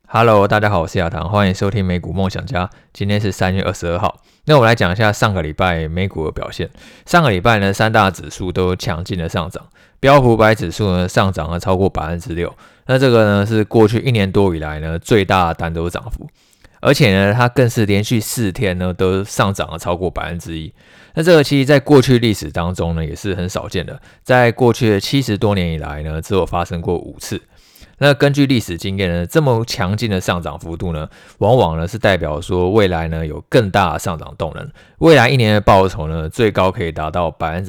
Hello，大家好，我是亚堂，欢迎收听美股梦想家。今天是3月22号，那我们来讲一下上个礼拜美股的表现。上个礼拜呢，三大指数都强劲的上涨，标普500指数呢上涨了超过 6%， 那这个呢是过去1年多以来呢最大的单周涨幅，而且呢它更是连续4天呢都上涨了超过 1%。那这个其实在过去历史当中呢也是很少见的，在过去的70多年以来呢只有发生过5次。那根据历史经验呢，这么强劲的上涨幅度呢，往往呢是代表说未来呢有更大的上涨动能。未来1年的报酬呢，最高可以达到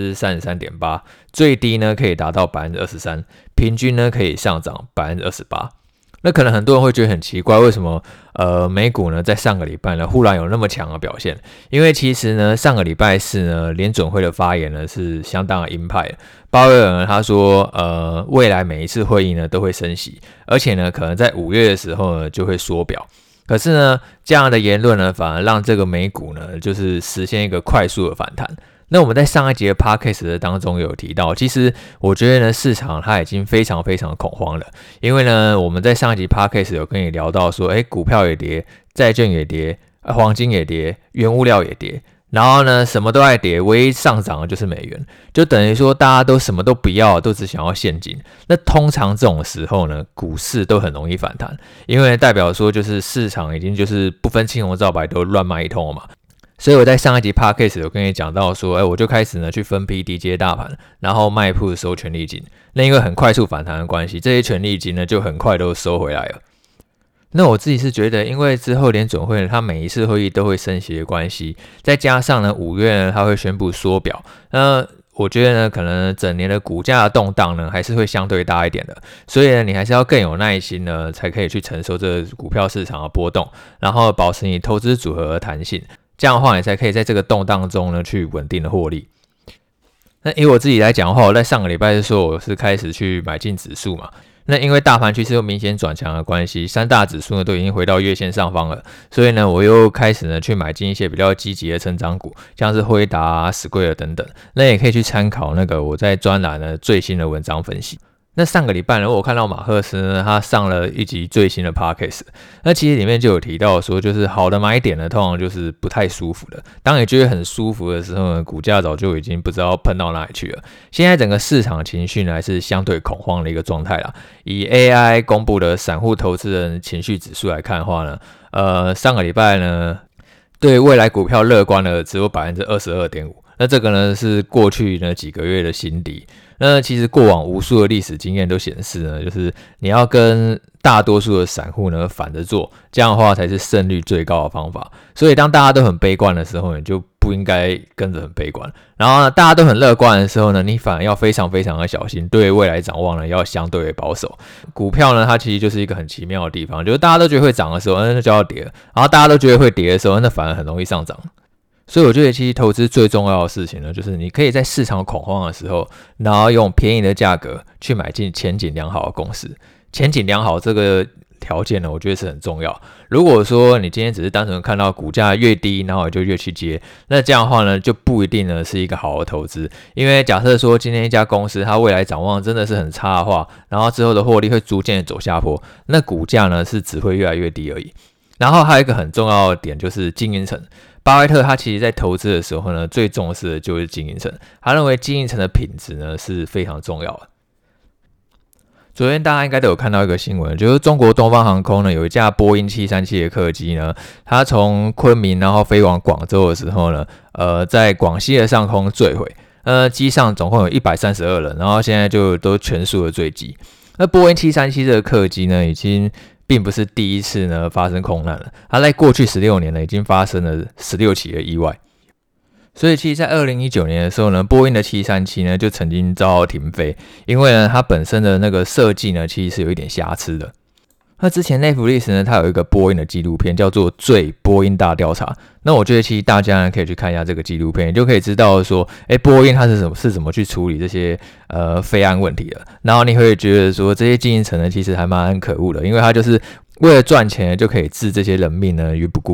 33.8%， 最低呢可以达到 23%， 平均呢可以上涨 28%。那可能很多人会觉得很奇怪，为什么美股呢在上个礼拜呢忽然有那么强的表现？因为其实呢上个礼拜四呢联准会的发言呢是相当的鹰派的。鲍威尔呢他说未来每一次会议呢都会升息，而且呢可能在5月的时候呢就会缩表。可是呢这样的言论呢反而让这个美股呢就是实现一个快速的反弹。那我们在上一集的 podcast 的当中有提到，其实我觉得呢市场它已经非常非常恐慌了，因为呢我们在上一集 podcast 有跟你聊到说，股票也跌，债券也跌，黄金也跌，原物料也跌，然后呢什么都在跌，唯一上涨的就是美元，就等于说大家都什么都不要，都只想要现金。那通常这种时候呢股市都很容易反弹，因为代表说就是市场已经就是不分青红皂白都乱卖一通了嘛。所以我在上一集 podcast 有跟你讲到说，我就开始呢去分批低接大盘，然后卖put收权利金。那因为很快速反弹的关系，这些权利金呢就很快都收回来了。那我自己是觉得，因为之后联准会呢，它每一次会议都会升息的关系，再加上呢5月呢它会宣布缩表，那我觉得呢可能整年的股价的动荡呢还是会相对大一点的，所以呢你还是要更有耐心呢，才可以去承受这个股票市场的波动，然后保持你投资组合的弹性。这样的话，你才可以在这个动荡中呢去稳定的获利。那以我自己来讲的话，我在上个礼拜是说我是开始去买进指数嘛。那因为大盘趋势又明显转强的关系，三大指数呢都已经回到月线上方了，所以呢我又开始呢去买进一些比较积极的成长股，像是辉达、史贵尔等等。那也可以去参考那个我在专栏呢最新的文章分析。那上个礼拜呢，我看到马克思呢，他上了一集最新的 podcast， 那其实里面就有提到说，就是好的买点呢，通常就是不太舒服的。当你觉得很舒服的时候呢，股价早就已经不知道喷到哪里去了。现在整个市场情绪呢，还是相对恐慌的一个状态啦。以 AI 公布的散户投资人情绪指数来看的话呢，上个礼拜呢，对未来股票乐观的只有 22.5%， 那这个呢是过去呢几个月的新低。那其实过往无数的历史经验都显示呢，就是你要跟大多数的散户呢反着做，这样的话才是胜率最高的方法。所以当大家都很悲观的时候，你就不应该跟着很悲观。然后呢，大家都很乐观的时候呢，你反而要非常非常的小心，对未来展望呢要相对的保守。股票呢，它其实就是一个很奇妙的地方，就是大家都觉得会涨的时候，那就要跌；然后大家都觉得会跌的时候，那反而很容易上涨。所以我觉得其实投资最重要的事情呢，就是你可以在市场恐慌的时候，然后用便宜的价格去买进前景良好的公司。前景良好这个条件呢，我觉得是很重要。如果说你今天只是单纯看到股价越低，然后你就越去接，那这样的话呢，就不一定呢是一个好的投资。因为假设说今天一家公司它未来展望真的是很差的话，然后之后的获利会逐渐的走下坡，那股价呢是只会越来越低而已。然后还有一个很重要的点就是经营层。巴菲特他其实在投资的时候呢，最重视的就是经营层。他认为经营层的品质呢是非常重要的。昨天大家应该都有看到一个新闻，就是中国东方航空呢有一架波音737的客机呢，它从昆明然后飞往广州的时候呢，在广西的上空坠毁。机上总共有132人，然后现在就都全数的坠机。那波音737这个客机呢，已经并不是第一次呢发生空难了，它在过去16年呢已经发生了16起的意外。所以其实在2019年的时候呢，波音的737呢就曾经遭到停飞，因为呢它本身的那个设计呢其实是有一点瑕疵的。那之前 Netflix 呢，它有一个波音的纪录片叫做《最波音大调查》。那我觉得其实大家呢可以去看一下这个纪录片，你就可以知道说，波音它是怎么去处理这些飞安问题的。然后你会觉得说，这些经营层呢其实还蛮可恶的，因为它就是为了赚钱就可以置这些人命呢于不顾。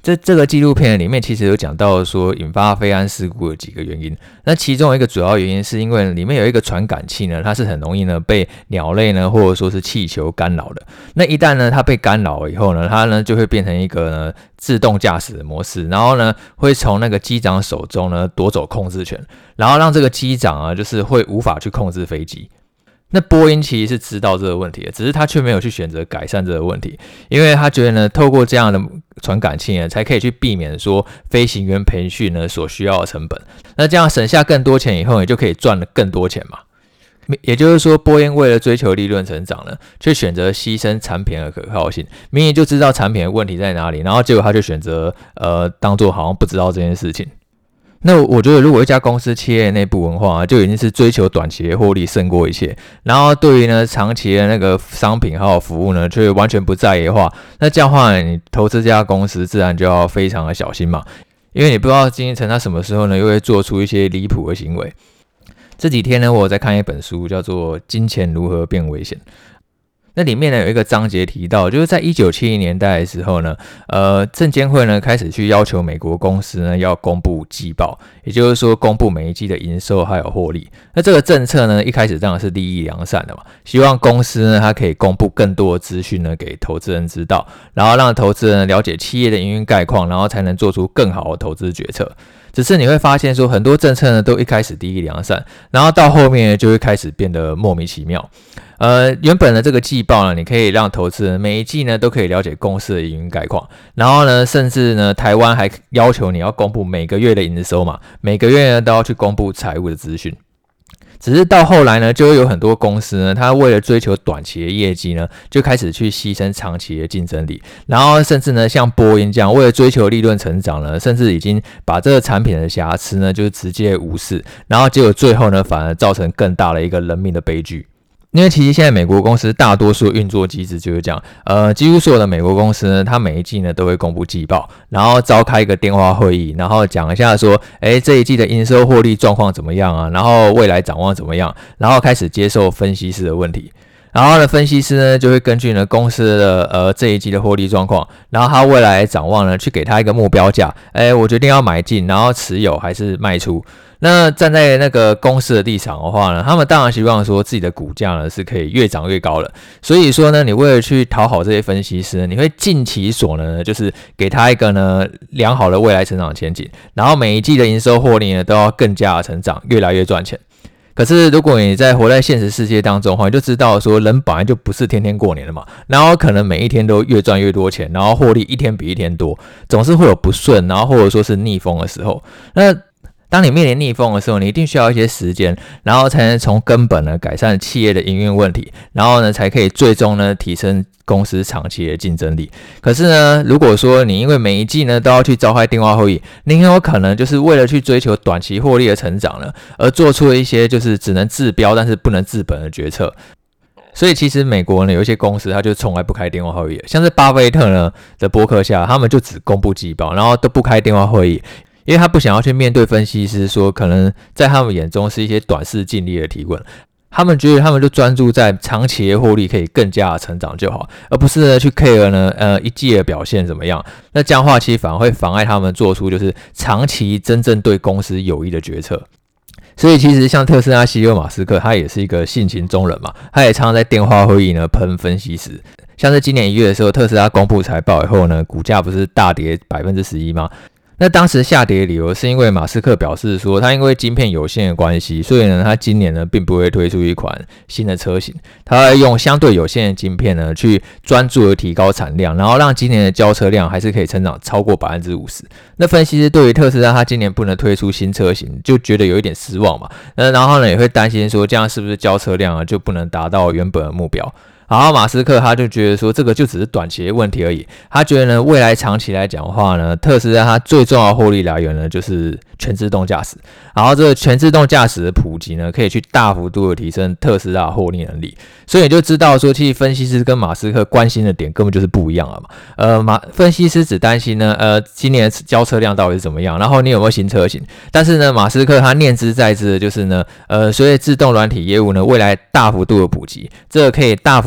这个纪录片里面其实有讲到说引发飞安事故的几个原因，那其中一个主要原因是因为里面有一个传感器呢，它是很容易呢被鸟类呢或者说是气球干扰的。那一旦呢它被干扰以后呢，它呢就会变成一个呢自动驾驶的模式，然后呢会从那个机长手中呢夺走控制权，然后让这个机长啊就是会无法去控制飞机。那波音其实是知道这个问题的，只是他却没有去选择改善这个问题，因为他觉得呢，透过这样的传感器呢，才可以去避免说飞行员培训呢所需要的成本。那这样省下更多钱以后，你就可以赚了更多钱嘛。也就是说，波音为了追求利润成长呢，却选择牺牲产品的可靠性。明明就知道产品的问题在哪里，然后结果他就选择当做好像不知道这件事情。那我觉得，如果一家公司企业内部文化就已经是追求短期的获利胜过一切，然后对于呢长期的那个商品还有服务呢，却完全不在意的话，那这样的话，你投资这家公司自然就要非常的小心嘛，因为你不知道经营层他什么时候呢又会做出一些离谱的行为。这几天呢，我有在看一本书，叫做《金钱如何变危险》。那里面呢有一个章节提到，就是在1970年代的时候呢，证监会呢开始去要求美国公司呢要公布季报，也就是说公布每一季的营收还有获利。那这个政策呢一开始当然是利益良善的嘛，希望公司呢它可以公布更多的资讯呢给投资人知道，然后让投资人了解企业的营运概况，然后才能做出更好的投资决策。只是你会发现说，很多政策呢都一开始利益良善，然后到后面就会开始变得莫名其妙。原本的这个季报呢，你可以让投资人每一季呢都可以了解公司的营运概况，然后呢，甚至呢，台湾还要求你要公布每个月的营收嘛，每个月呢都要去公布财务的资讯。只是到后来呢，就会有很多公司呢，它为了追求短期的业绩呢，就开始去牺牲长期的竞争力，然后甚至呢，像波音这样，为了追求利润成长呢，甚至已经把这个产品的瑕疵呢，就是直接无视，然后结果最后呢，反而造成更大的一个人命的悲剧。因为其实现在美国公司大多数运作机制就是这样，几乎所有的美国公司呢，它每一季呢都会公布季报，然后召开一个电话会议，然后讲一下说，这一季的营收获利状况怎么样啊，然后未来展望怎么样，然后开始接受分析师的问题。然后呢，分析师呢就会根据呢公司的这一季的获利状况，然后他未来的展望呢，去给他一个目标价，我决定要买进，然后持有还是卖出。那站在那个公司的立场的话呢，他们当然希望说自己的股价呢是可以越涨越高的。所以说呢，你为了去讨好这些分析师，你会尽其所能呢，就是给他一个呢良好的未来成长前景，然后每一季的营收获利呢都要更加的成长，越来越赚钱。可是如果你在活在现实世界当中的话，你就知道说人本来就不是天天过年的嘛，然后可能每一天都越赚越多钱，然后获利一天比一天多，总是会有不顺，然后或者说是逆风的时候。那当你面临逆风的时候，你一定需要一些时间，然后才能从根本呢改善企业的营运问题，然后呢才可以最终呢提升公司长期的竞争力。可是呢，如果说你因为每一季呢都要去召开电话会议，你很有可能就是为了去追求短期获利的成长呢，而做出了一些就是只能治标但是不能治本的决策。所以其实美国呢有一些公司它就从来不开电话会议，像是巴菲特呢的伯克夏，他们就只公布季报，然后都不开电话会议。因为他不想要去面对分析师说可能在他们眼中是一些短视近利的提问，他们觉得他们就专注在长期的获利可以更加的成长就好，而不是呢去 care 呢一季的表现怎么样。那这样的话其实反而会妨碍他们做出就是长期真正对公司有益的决策。所以其实像特斯拉 CEO 马斯克，他也是一个性情中人嘛，他也常常在电话会议呢喷分析师。像是今年1月的时候，特斯拉公布财报以后呢，股价不是大跌 11% 吗？那当时下跌的理由是因为马斯克表示说，他因为晶片有限的关系，所以呢，他今年呢并不会推出一款新的车型，他会用相对有限的晶片呢去专注的提高产量，然后让今年的交车量还是可以成长超过 50%。那分析师对于特斯拉他今年不能推出新车型，就觉得有一点失望嘛。然后呢也会担心说，这样是不是交车量就不能达到原本的目标？然后马斯克他就觉得说这个就只是短期的问题而已，他觉得呢未来长期来讲的话呢，特斯拉它最重要的获利来源呢就是全自动驾驶，然后这个全自动驾驶的普及呢可以去大幅度的提升特斯拉的获利能力，所以你就知道说其实分析师跟马斯克关心的点根本就是不一样了嘛。分析师只担心呢今年交车量到底是怎么样，然后你有没有新车型，但是呢马斯克他念之在之的就是呢随着自动软体业务呢未来大幅度的普及，这个可以大幅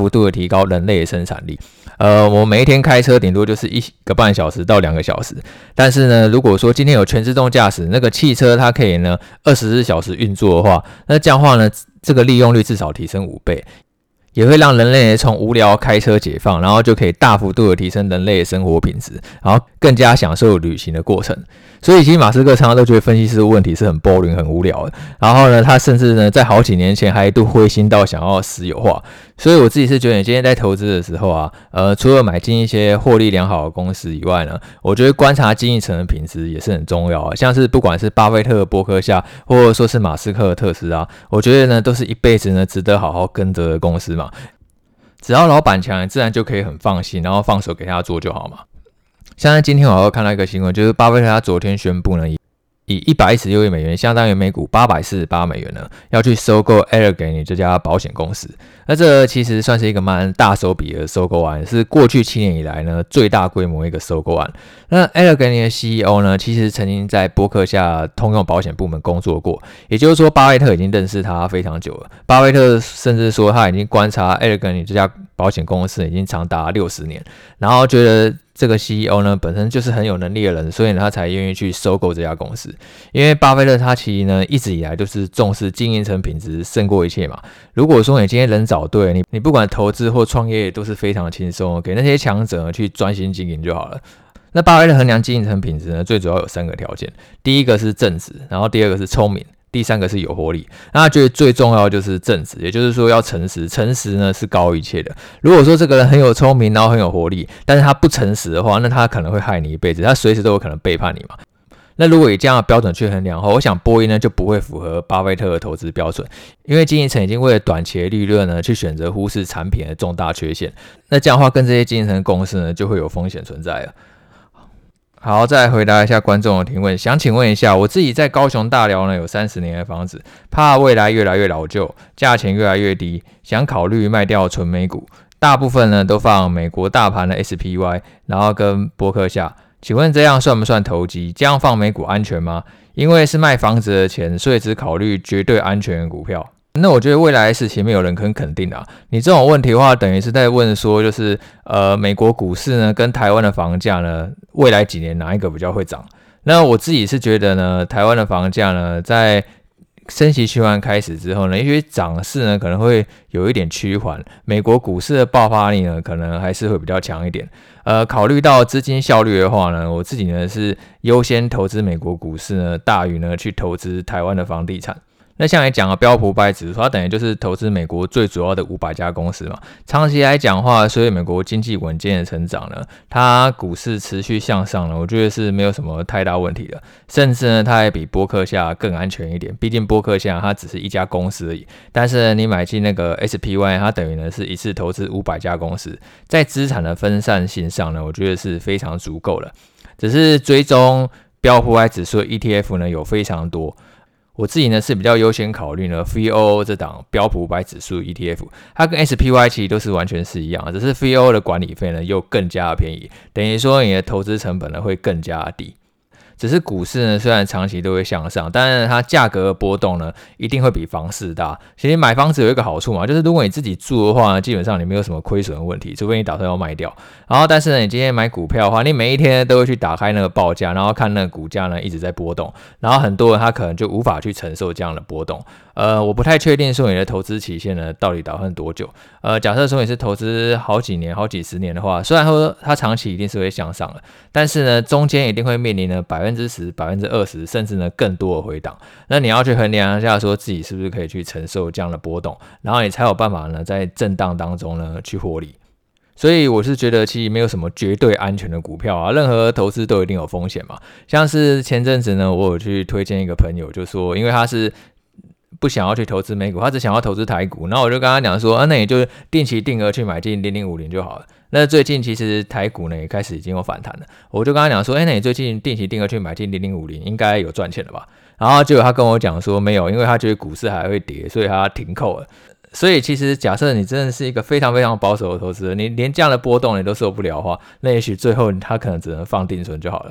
度的提高人类的生产力。我每一天开车顶多就是1个半小时到2个小时，但是呢，如果说今天有全自动驾驶，那个汽车它可以呢24小时运作的话，那这样的话呢，这个利用率至少提升5倍。也会让人类从无聊开车解放，然后就可以大幅度的提升人类的生活品质，然后更加享受旅行的过程。所以其实马斯克常常都觉得分析师的问题是很 boring 很无聊的，然后呢他甚至呢在好几年前还一度灰心到想要私有化。所以我自己是觉得你今天在投资的时候啊，除了买进一些获利良好的公司以外呢，我觉得观察经营层的品质也是很重要的。像是不管是巴菲特的波克夏，或者说是马斯克的特斯拉，我觉得呢都是一辈子呢值得好好跟着的公司嘛。只要老板强，自然就可以很放心，然后放手给他做就好嘛。像是今天我又看到一个新闻，就是巴菲特他昨天宣布呢，以116亿美元，相当于每股848美元呢，要去收购 Allegheny 这家保险公司。那这其实算是一个蛮大手笔的收购案，是过去7年以来呢最大规模一个收购案。那 Allegheny 的 CEO 呢，其实曾经在波克夏通用保险部门工作过，也就是说，巴菲特已经认识他非常久了。巴菲特甚至说他已经观察 Allegheny 这家保险公司已经长达60年，然后觉得这个 CEO 呢本身就是很有能力的人，所以呢他才愿意去收购这家公司。因为巴菲特他其实呢一直以来就是重视经营层品质胜过一切嘛。如果说你今天人找对了，你不管投资或创业都是非常的轻松，给那些强者去专心经营就好了。那巴菲特衡量经营层品质呢，最主要有3个条件，第一个是正直，然后第二个是聪明，第3个是有活力。那他觉得最重要的就是正直，也就是说要诚实，诚实呢是高于一切的。如果说这个人很有聪明，然后很有活力，但是他不诚实的话，那他可能会害你一辈子，他随时都有可能背叛你嘛。那如果以这样的标准去衡量的话，我想波音呢就不会符合巴菲特的投资标准，因为经营层已经为了短期的利润呢去选择忽视产品的重大缺陷。那这样的话，跟这些经营层公司呢就会有风险存在了。好，再来回答一下观众的提问。想请问一下，我自己在高雄大寮呢有30年的房子，怕未来越来越老旧，价钱越来越低，想考虑卖掉纯美股，大部分呢都放美国大盘的 SPY， 然后跟波克夏。请问这样算不算投机？这样放美股安全吗？因为是卖房子的钱，所以只考虑绝对安全的股票。那我觉得未来的事情没有人肯定啊。你这种问题的话，等于是在问说，就是美国股市呢跟台湾的房价呢，未来几年哪一个比较会涨？那我自己是觉得呢，台湾的房价呢，在升息循环开始之后呢，也许涨势呢可能会有一点趋缓，美国股市的爆发力呢可能还是会比较强一点。考虑到资金效率的话呢，我自己呢是优先投资美国股市呢，大于呢去投资台湾的房地产。那像你讲的标普500指数，它等于就是投资美国最主要的500家公司嘛。长期来讲的话，所以美国经济稳健的成长呢，它股市持续向上呢，我觉得是没有什么太大问题的。甚至呢，它还比波克夏更安全一点。毕竟波克夏它只是一家公司而已，但是呢你买进那个 SPY， 它等于呢是一次投资500家公司，在资产的分散性上呢，我觉得是非常足够的。只是追踪标普500指数的 ETF 呢有非常多。我自己呢是比较优先考虑呢 VOO 这档标普500指数 ETF， 它跟 SPY 其实都是完全是一样的，只是 VOO 的管理费呢又更加的便宜，等于说你的投资成本呢会更加的低。只是股市呢，虽然长期都会向上，但是它价格的波动呢，一定会比房市大。其实买房子有一个好处嘛，就是如果你自己住的话呢，基本上你没有什么亏损的问题，除非你打算要卖掉。然后，但是呢，你今天买股票的话，你每一天都会去打开那个报价，然后看那个股价呢一直在波动，然后很多人他可能就无法去承受这样的波动。我不太确定说你的投资期限呢到底打算多久。假设说你是投资好几年、好几十年的话，虽然说它长期一定是会向上的，但是呢，中间一定会面临呢10%、20%，甚至呢更多的回档。那你要去衡量一下，说自己是不是可以去承受这样的波动，然后你才有办法呢在震荡当中呢去获利。所以我是觉得其实没有什么绝对安全的股票啊，任何投资都一定有风险嘛。像是前阵子呢，我有去推荐一个朋友，就说因为他是不想要去投资美股，他只想要投资台股，然后我就跟他讲说，那你就定期定额去买进0050就好了。那最近其实台股呢也开始已经有反弹了，我就跟他讲说，那你最近定期定额去买进0050，应该有赚钱了吧？然后结果他跟我讲说没有，因为他觉得股市还会跌，所以他停扣了。所以其实假设你真的是一个非常非常保守的投资人，你连这样的波动你都受不了的话，那也许最后他可能只能放定存就好了。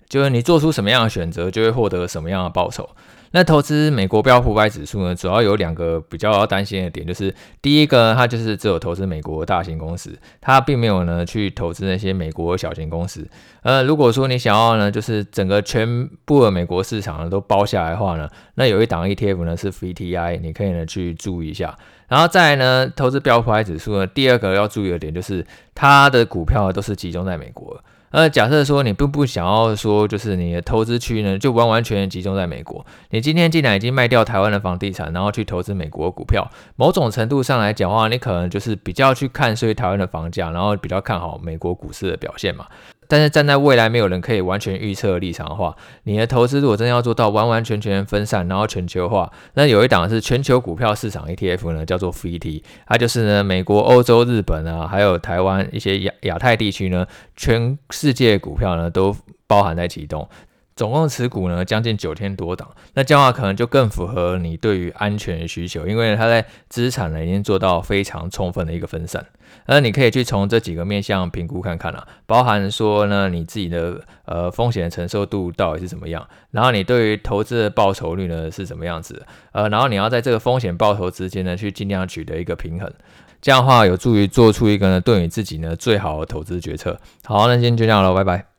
就是你做出什么样的选择，就会获得什么样的报酬。那投资美国标普500指数呢，主要有2个比较要担心的点，就是第一个，它就是只有投资美国大型公司，它并没有呢去投资那些美国小型公司。如果说你想要呢，就是整个全部的美国市场呢都包下来的话呢，那有一档 ETF 呢是 VTI， 你可以呢去注意一下。然后再来呢，投资标普500指数呢，第二个要注意的点就是它的股票都是集中在美国。假设说你并不想要说，就是你的投资区呢，就完完全全集中在美国。你今天既然已经卖掉台湾的房地产，然后去投资美国的股票，某种程度上来讲的话，你可能就是比较去看衰台湾的房价，然后比较看好美国股市的表现嘛。但是站在未来没有人可以完全预测的立场的话，你的投资如果真的要做到完完全全分散，然后全球化，那有一档是全球股票市场 ETF 呢，叫做 VT， 它就是呢美国、欧洲、日本啊，还有台湾一些亚太地区呢，全世界股票呢都包含在其中。总共持股呢将近9000多档，那这样的话可能就更符合你对于安全的需求，因为它在资产呢已经做到非常充分的一个分散。你可以去从这几个面向评估看看啦，包含说呢你自己的风险承受度到底是怎么样，然后你对于投资的报酬率呢是怎么样子的，然后你要在这个风险报酬之间呢去尽量取得一个平衡，这样的话有助于做出一个呢对你自己呢最好的投资决策。好，那今天就这样了，拜拜。